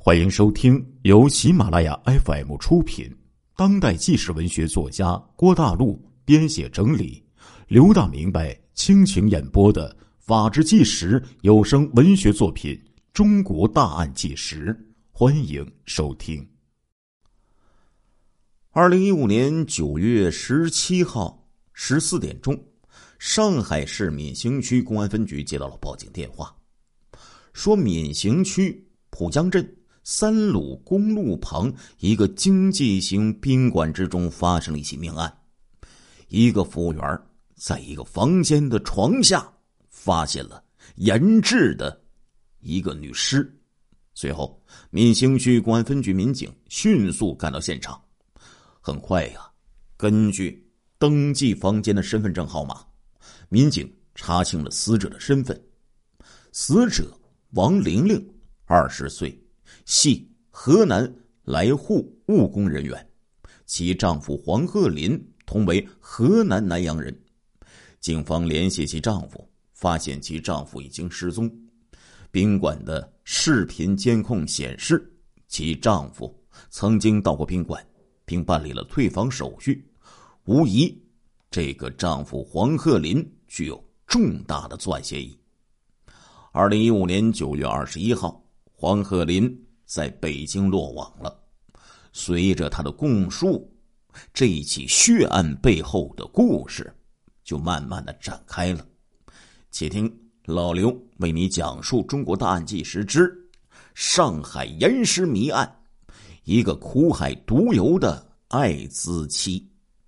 欢迎收听由喜马拉雅 FM 出品，当代纪实文学作家郭大陆编写整理，刘大明白倾情演播的法治纪实有声文学作品《中国大案纪实》，欢迎收听。 2015年9月17号14点钟，上海市闵行区公安分局接到了报警电话，说闵行区浦江镇三鲁公路旁一个经济型宾馆之中发生了一起命案。一个服务员在一个房间的床下发现了研制的一个女尸。随后闵行区公安分局民警迅速赶到现场。很快根据登记房间的身份证号码，民警查清了死者的身份。死者王玲玲20岁，系河南来沪务工人员，其丈夫黄鹤林同为河南南阳人。警方联系其丈夫，发现其丈夫已经失踪。宾馆的视频监控显示，其丈夫曾经到过宾馆，并办理了退房手续。无疑，这个丈夫黄鹤林具有重大的作案嫌疑。2015年9月21号，黄鹤林在北京落网了。随着他的供述，这一起血案背后的故事就慢慢的展开了。且听老刘为你讲述中国大案纪实之上海严尸谜案，一个苦海独游的爱滋妻。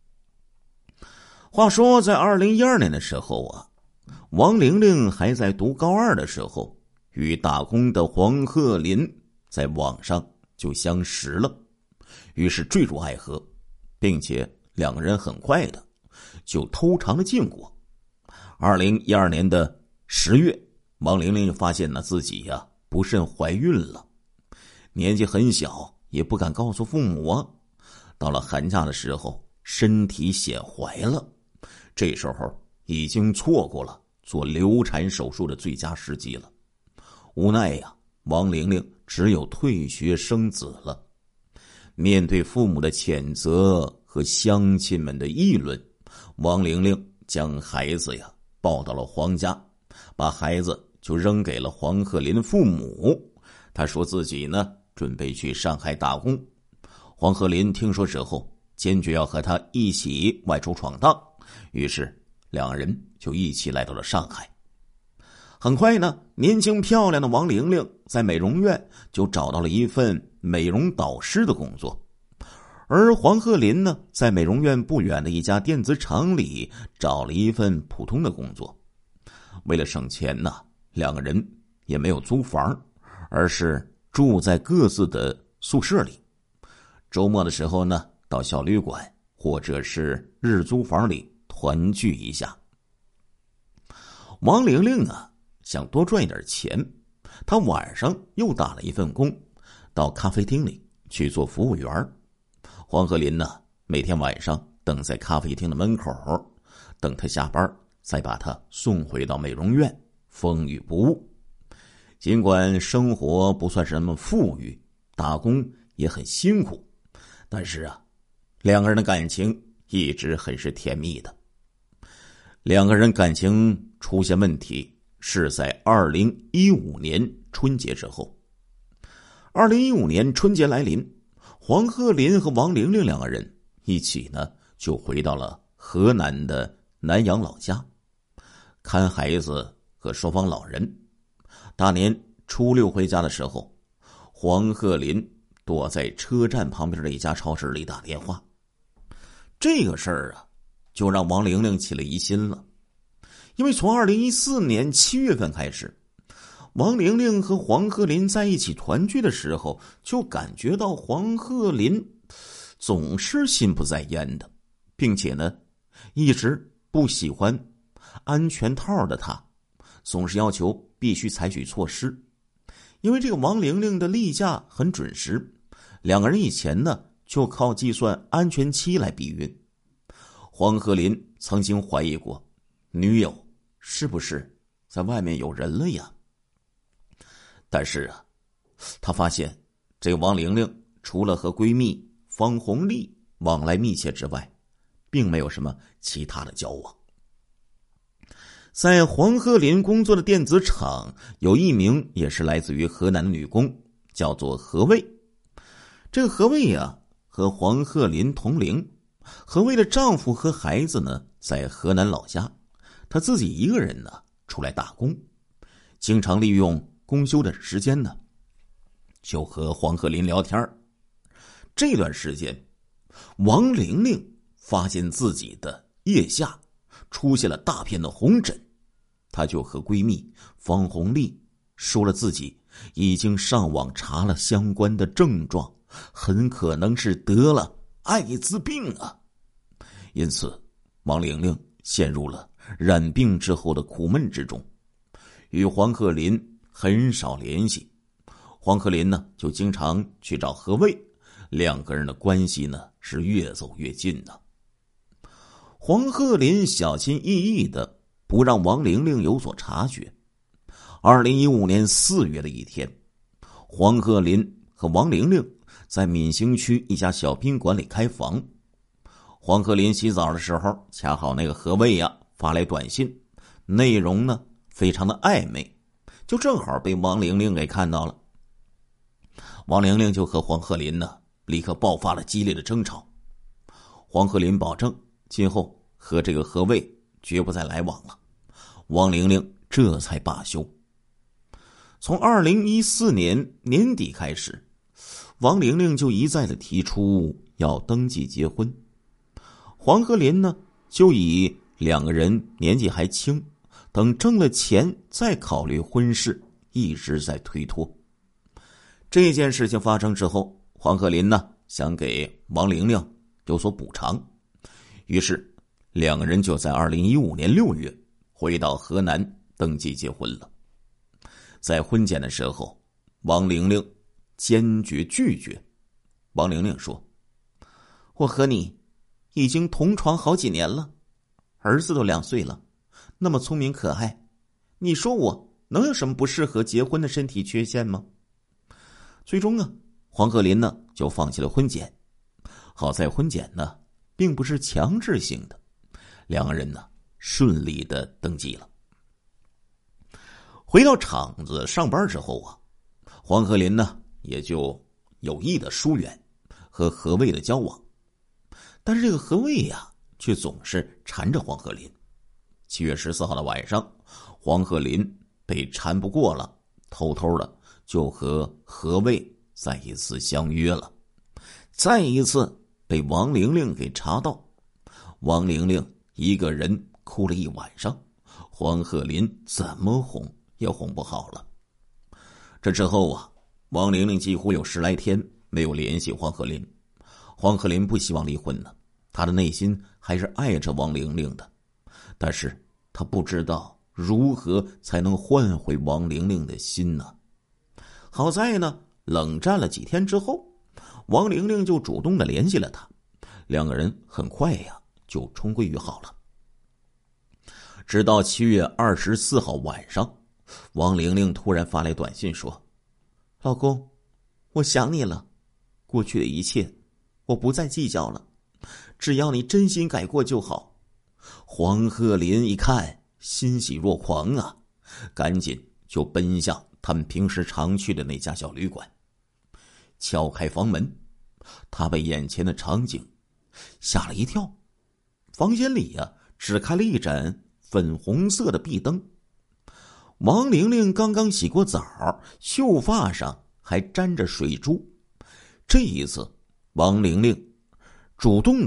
话说在2012年的时候王玲玲还在读高2的时候，与打工的黄鹤林在网上就相识了，于是坠入爱河，并且两个人很快的就偷尝了禁果。2012年的10月，王玲玲就发现自己不慎怀孕了，年纪很小，也不敢告诉父母到了寒假的时候，身体显怀了，这时候已经错过了做流产手术的最佳时机了。无奈王玲玲只有退学生子了。面对父母的谴责和乡亲们的议论，王玲玲将孩子抱到了黄家，把孩子就扔给了黄鹤林父母。他说自己准备去上海打工。黄鹤林听说之后，坚决要和他一起外出闯荡，于是两个人就一起来到了上海。很快年轻漂亮的王玲玲在美容院就找到了一份美容导师的工作，而黄鹤林在美容院不远的一家电子厂里找了一份普通的工作。为了省钱两个人也没有租房，而是住在各自的宿舍里。周末的时候到小旅馆或者是日租房里团聚一下。王玲玲想多赚一点钱，她晚上又打了一份工，到咖啡厅里去做服务员。黄鹤林每天晚上等在咖啡厅的门口，等他下班再把他送回到美容院，风雨不误。尽管生活不算是那么富裕，打工也很辛苦，但是两个人的感情一直很是甜蜜的。两个人感情出现问题是在2015年春节之后。2015年春节来临，黄鹤林和王玲玲两个人一起就回到了河南的南阳老家，看孩子和双方老人。大年初6回家的时候，黄鹤林躲在车站旁边的一家超市里打电话。这个事儿就让王玲玲起了疑心了。因为从2014年7月份开始，王玲玲和黄鹤林在一起团聚的时候，就感觉到黄鹤林总是心不在焉的，并且一直不喜欢安全套的他，总是要求必须采取措施。因为这个王玲玲的例假很准时，两个人以前就靠计算安全期来避孕。黄鹤林曾经怀疑过女友是不是在外面有人了呀？但是他发现这王玲玲除了和闺蜜方红丽往来密切之外，并没有什么其他的交往。在黄鹤林工作的电子厂，有一名也是来自于河南的女工，叫做何卫。这个何卫和黄鹤林同龄。何卫的丈夫和孩子呢在河南老家，她自己一个人呢出来打工，经常利用公休的时间呢就和黄鹤林聊天。这段时间，王玲玲发现自己的腋下出现了大片的红疹，她就和闺蜜方红丽说了自己已经上网查了相关的症状，很可能是得了艾滋病啊。因此王玲玲陷入了染病之后的苦闷之中，与黄鹤林很少联系。黄鹤林呢就经常去找何卫，两个人的关系呢是越走越近的。黄鹤林小心翼翼的不让王玲玲有所察觉。2015年4月的一天，黄鹤林和王玲玲在闵行区一家小宾馆里开房。黄鹤林洗澡的时候，恰好那个何卫发来短信，内容呢非常的暧昧，就正好被王玲玲给看到了。王玲玲就和黄鹤林呢立刻爆发了激烈的争吵。黄鹤林保证今后和这个何卫绝不再来往了，王玲玲这才罢休。从2014年年底开始，王玲玲就一再的提出要登记结婚。黄鹤林呢就以两个人年纪还轻，等挣了钱再考虑婚事，一直在推脱。这件事情发生之后，黄鹤林呢想给王玲玲有所补偿，于是两个人就在2015年6月回到河南登记结婚了。在婚检的时候，王玲玲坚决拒绝。王玲玲说：“我和你已经同床好几年了，儿子都2岁了，那么聪明可爱，你说我能有什么不适合结婚的身体缺陷吗？”最终黄鹤林呢就放弃了婚检。好在婚检呢并不是强制性的，两个人呢顺利的登记了。回到厂子上班之后黄鹤林呢也就有意的疏远和何卫的交往。但是这个何卫却总是缠着黄鹤林。7月14号的晚上，黄鹤林被缠不过了，偷偷的就和何卫再一次相约了。再一次被王玲玲给查到，王玲玲一个人哭了一晚上，黄鹤林怎么哄也哄不好了。这之后王玲玲几乎有10来天没有联系黄鹤林。黄鹤林不希望离婚呢，他的内心还是爱着王玲玲的，但是他不知道如何才能换回王玲玲的心呢。好在呢，冷战了几天之后，王玲玲就主动的联系了他，两个人很快就重归于好了。直到7月24号晚上，王玲玲突然发来短信说：“老公，我想你了，过去的一切我不再计较了，只要你真心改过就好。”黄鹤林一看欣喜若狂赶紧就奔向他们平时常去的那家小旅馆。敲开房门，他被眼前的场景吓了一跳。房间里只开了一盏粉红色的壁灯。王玲玲刚刚洗过澡，秀发上还沾着水珠。这一次王玲玲主动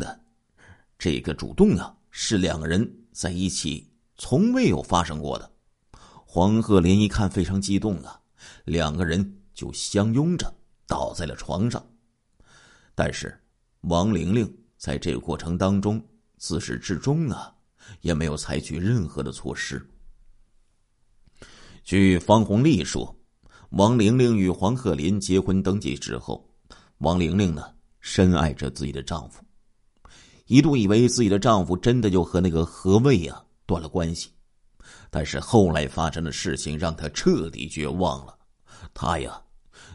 是两个人在一起从未有发生过的。黄鹤林一看非常激动两个人就相拥着倒在了床上。但是王玲玲在这个过程当中自始至终也没有采取任何的措施。据方红丽说，王玲玲与黄鹤林结婚登记之后，王玲玲呢深爱着自己的丈夫，一度以为自己的丈夫真的就和那个何卫断了关系。但是后来发生的事情让她彻底绝望了，她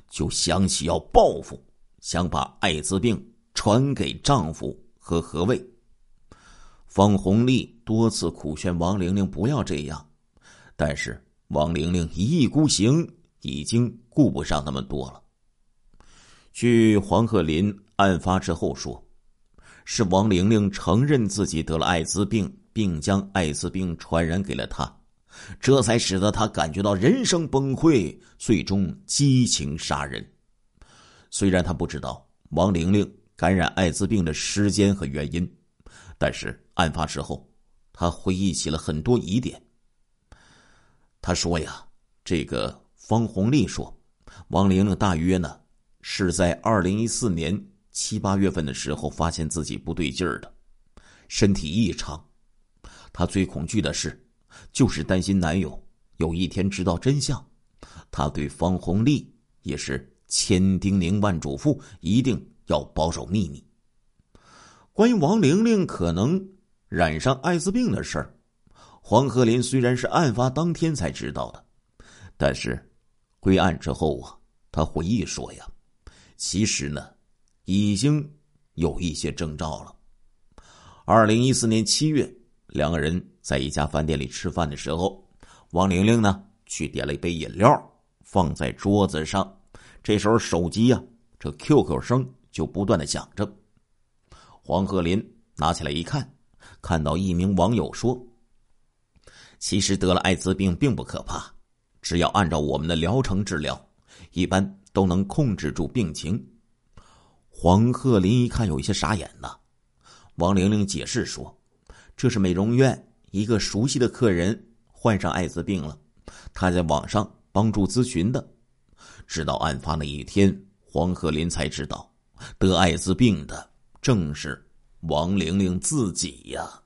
就想起要报复，想把艾滋病传给丈夫和何卫。方红丽多次苦劝王玲玲不要这样，但是王玲玲一意孤行，已经顾不上那么多了。据黄鹤林案发之后说，是王玲玲承认自己得了艾滋病，并将艾滋病传染给了他，这才使得他感觉到人生崩溃，最终激情杀人。虽然他不知道王玲玲感染艾滋病的时间和原因，但是案发之后，他回忆起了很多疑点。他说呀，这个方红丽说，王玲玲大约呢是在2014年7、8月份的时候发现自己不对劲儿的，身体异常。她最恐惧的是，就是担心男友有一天知道真相。她对方红丽也是千叮咛万嘱咐，一定要保守秘密。关于王玲玲可能染上艾滋病的事儿，黄鹤林虽然是案发当天才知道的，但是归案之后啊，他回忆说呀，其实呢已经有一些征兆了。2014年7月，两个人在一家饭店里吃饭的时候，王玲玲呢去点了一杯饮料，放在桌子上。这时候手机啊，这 QQ 声就不断的响着。黄鹤林拿起来一看，看到一名网友说，其实得了艾滋病并不可怕，只要按照我们的疗程治疗，一般都能控制住病情。黄鹤林一看有一些傻眼了。王玲玲解释说，这是美容院一个熟悉的客人患上艾滋病了，他在网上帮助咨询的。直到案发那一天，黄鹤林才知道得艾滋病的正是王玲玲自己呀。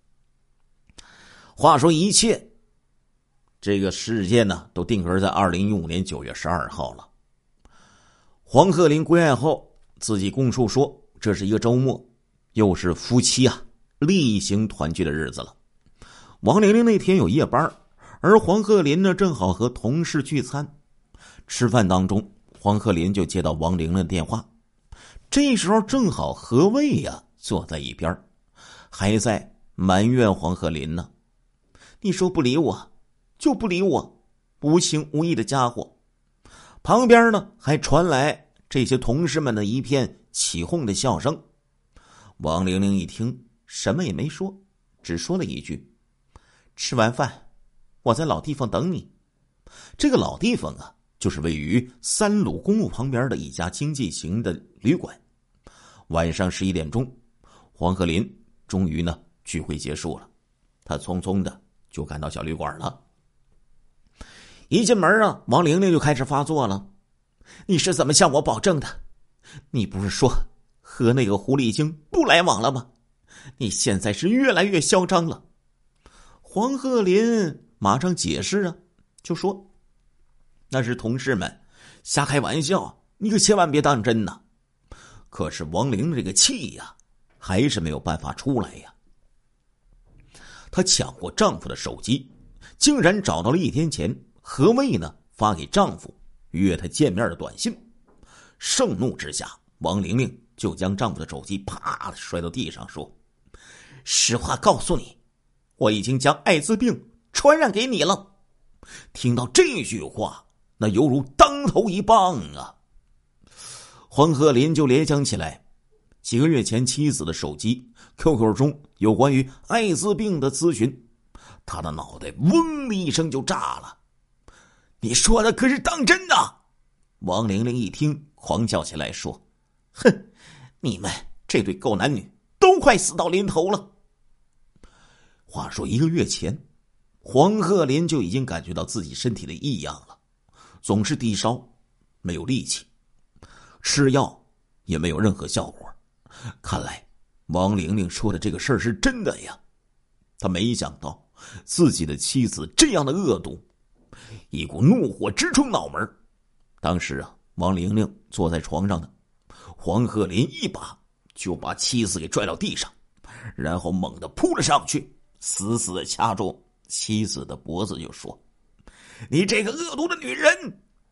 话说一切这个事件呢，都定格在2015年9月12号了。黄鹤林归案后自己供述说，这是一个周末，又是夫妻啊例行团聚的日子了。王玲玲那天有夜班，而黄鹤林呢正好和同事聚餐。吃饭当中，黄鹤林就接到王玲玲的电话，这时候正好何卫呀坐在一边，还在埋怨黄鹤林呢，你说不理我就不理我，无情无义的家伙。旁边呢还传来这些同事们的一片起哄的笑声。王玲玲一听什么也没说，只说了一句，吃完饭我在老地方等你。这个老地方啊，就是位于三鲁公路旁边的一家经济型的旅馆。晚上11点钟，黄鹤林终于呢聚会结束了，他匆匆的就赶到小旅馆了。一进门啊，王玲玲就开始发作了，你是怎么向我保证的？你不是说和那个狐狸精不来往了吗？你现在是越来越嚣张了。黄鹤林马上解释啊，就说那是同事们瞎开玩笑，你可千万别当真呐。可是王玲这个气呀，还是没有办法出来呀。她抢过丈夫的手机，竟然找到了1天前何卫呢发给丈夫约她见面的短信。盛怒之下，王玲玲就将丈夫的手机啪摔到地上，说，实话告诉你，我已经将艾滋病传染给你了。听到这句话，那犹如当头一棒啊。黄鹤林就联想起来几个月前妻子的手机 QQ 中有关于艾滋病的咨询，他的脑袋嗡的一声就炸了。你说的可是当真的？王玲玲一听狂叫起来，说，哼，你们这对狗男女都快死到临头了。话说1个月前，黄鹤林就已经感觉到自己身体的异样了，总是低烧，没有力气，吃药也没有任何效果。看来王玲玲说的这个事儿是真的呀。他没想到自己的妻子这样的恶毒，一股怒火直冲脑门。当时啊，王玲玲坐在床上呢，黄鹤林一把就把妻子给拽到地上，然后猛地扑了上去，死死地掐住妻子的脖子，就说，你这个恶毒的女人，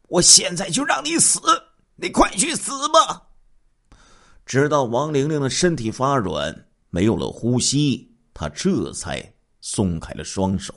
我现在就让你死，你快去死吧！直到王玲玲的身体发软，没有了呼吸，他这才松开了双手。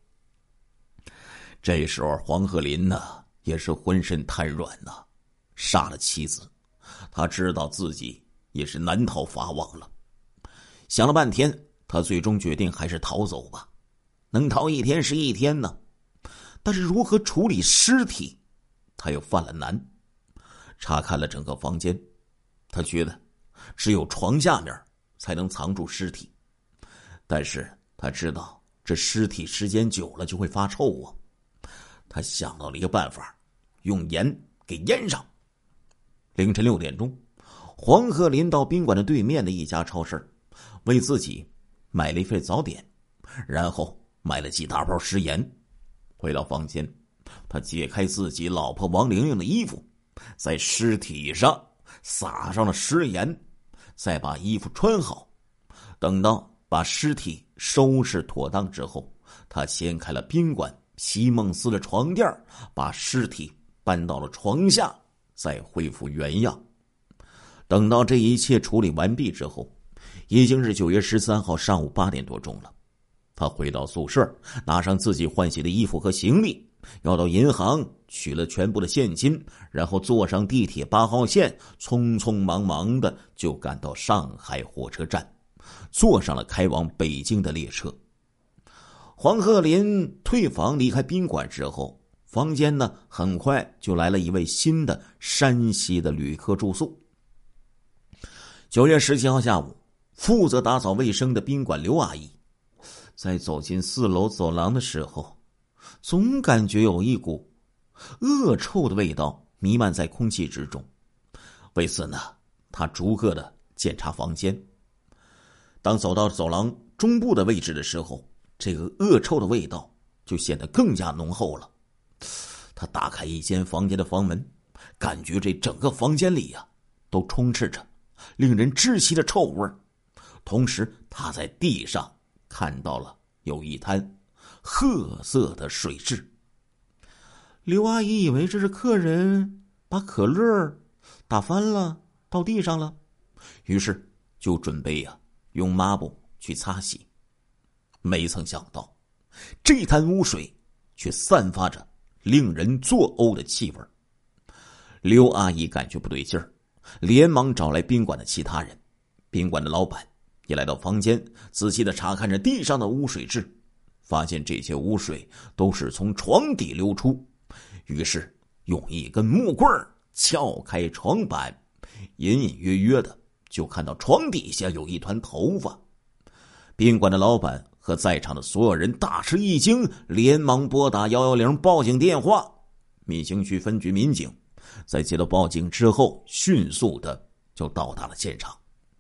这时候黄鹤林呢，也是浑身瘫软呐，杀了妻子，他知道自己也是难逃法网了。想了半天，他最终决定还是逃走吧，能逃一天是一天呢。但是如何处理尸体，他又犯了难。查看了整个房间，他觉得只有床下面才能藏住尸体，但是他知道这尸体时间久了就会发臭啊。他想到了一个办法，用盐给腌上。凌晨6点钟，黄鹤林到宾馆的对面的一家超市，为自己买了一份早点，然后买了几大包食盐。回到房间，他解开自己老婆王玲玲的衣服，在尸体上撒上了食盐，再把衣服穿好。等到把尸体收拾妥当之后，他掀开了宾馆席梦思的床垫，把尸体搬到了床下，再恢复原样。等到这一切处理完毕之后，已经是9月13号上午8点多钟了。他回到宿舍，拿上自己换洗的衣服和行李，要到银行取了全部的现金，然后坐上地铁8号线，匆匆忙忙的就赶到上海火车站，坐上了开往北京的列车。黄鹤林退房离开宾馆之后，房间呢很快就来了一位新的山西的旅客住宿。9月17号下午，负责打扫卫生的宾馆刘阿姨在走进4楼走廊的时候，总感觉有一股恶臭的味道弥漫在空气之中。为此呢，她逐个的检查房间。当走到走廊中部的位置的时候，这个恶臭的味道就显得更加浓厚了。他打开一间房间的房门，感觉这整个房间里都充斥着令人窒息的臭味。同时他在地上看到了有一滩褐色的水蛭。刘阿姨以为这是客人把可乐打翻了倒地上了，于是就准备用抹布去擦洗。没曾想到这滩污水却散发着令人作呕的气味。刘阿姨感觉不对劲儿，连忙找来宾馆的其他人。宾馆的老板也来到房间，仔细地查看着地上的污水渍，发现这些污水都是从床底流出，于是用一根木棍撬开床板，隐隐约约的就看到床底下有一团头发。宾馆的老板和在场的所有人大吃一惊，连忙拨打110报警电话。闵行区分局民警在接到报警之后，迅速的就到达了现场。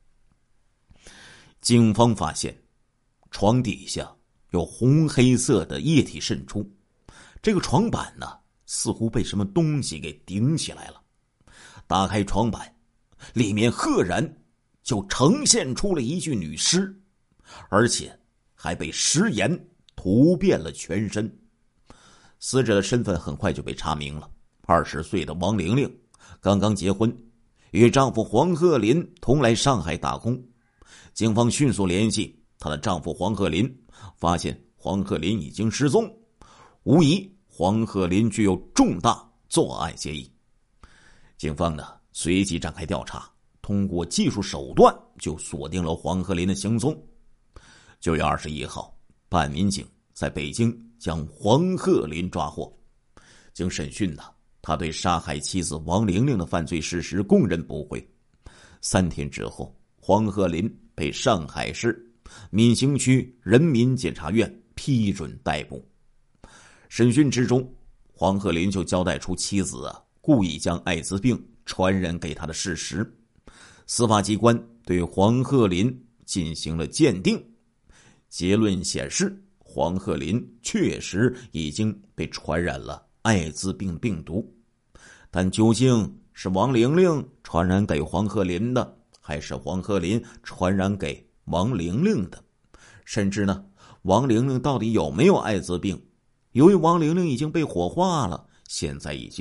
警方发现床底下有红黑色的液体渗出，这个床板呢，似乎被什么东西给顶起来了。打开床板，里面赫然就呈现出了一具女尸，而且还被食盐涂遍了全身。死者的身份很快就被查明了，20岁的王玲玲刚刚结婚，与丈夫黄鹤林同来上海打工。警方迅速联系她的丈夫黄鹤林，发现黄鹤林已经失踪，无疑黄鹤林具有重大作案嫌疑。警方呢随即展开调查，通过技术手段就锁定了黄鹤林的行踪。9月21号，办案民警在北京将黄鹤林抓获。经审讯呢，他对杀害妻子王玲玲的犯罪事实供认不讳。3天之后，黄鹤林被上海市闵行区人民检察院批准逮捕。审讯之中，黄鹤林就交代出妻子故意将艾滋病传染给他的事实。司法机关对黄鹤林进行了鉴定，结论显示黄鹤林确实已经被传染了艾滋病病毒，但究竟是王玲玲传染给黄鹤林的，还是黄鹤林传染给王玲玲的，甚至呢，王玲玲到底有没有艾滋病，由于王玲玲已经被火化了，现在已经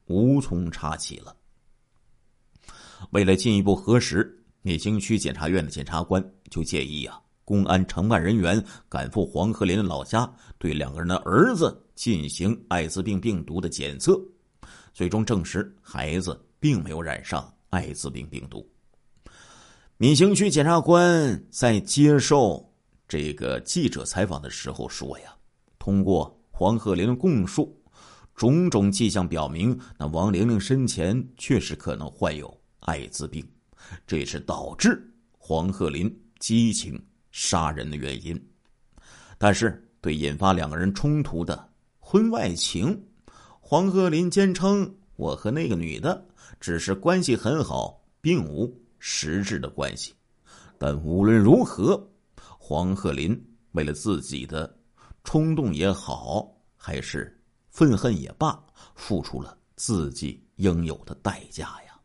无从查起了。为了进一步核实，闵行区检察院的检察官就建议公安承办人员赶赴黄鹤林的老家，对2个人的儿子进行艾滋病病毒的检测，最终证实孩子并没有染上艾滋病病毒。闵行区检察官在接受这个记者采访的时候说通过黄鹤林的供述，种种迹象表明，那王玲玲生前确实可能患有艾滋病，这也是导致黄鹤林激情杀人的原因。但是对引发2个人冲突的婚外情，黄鹤林坚称我和那个女的只是关系很好，并无实质的关系。但无论如何，黄鹤林为了自己的冲动也好，还是愤恨也罢，付出了自己应有的代价呀。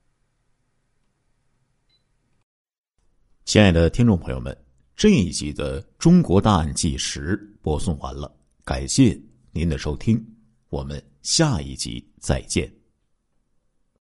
亲爱的听众朋友们，这一集的中国大案纪实播送完了，感谢您的收听，我们下一集再见。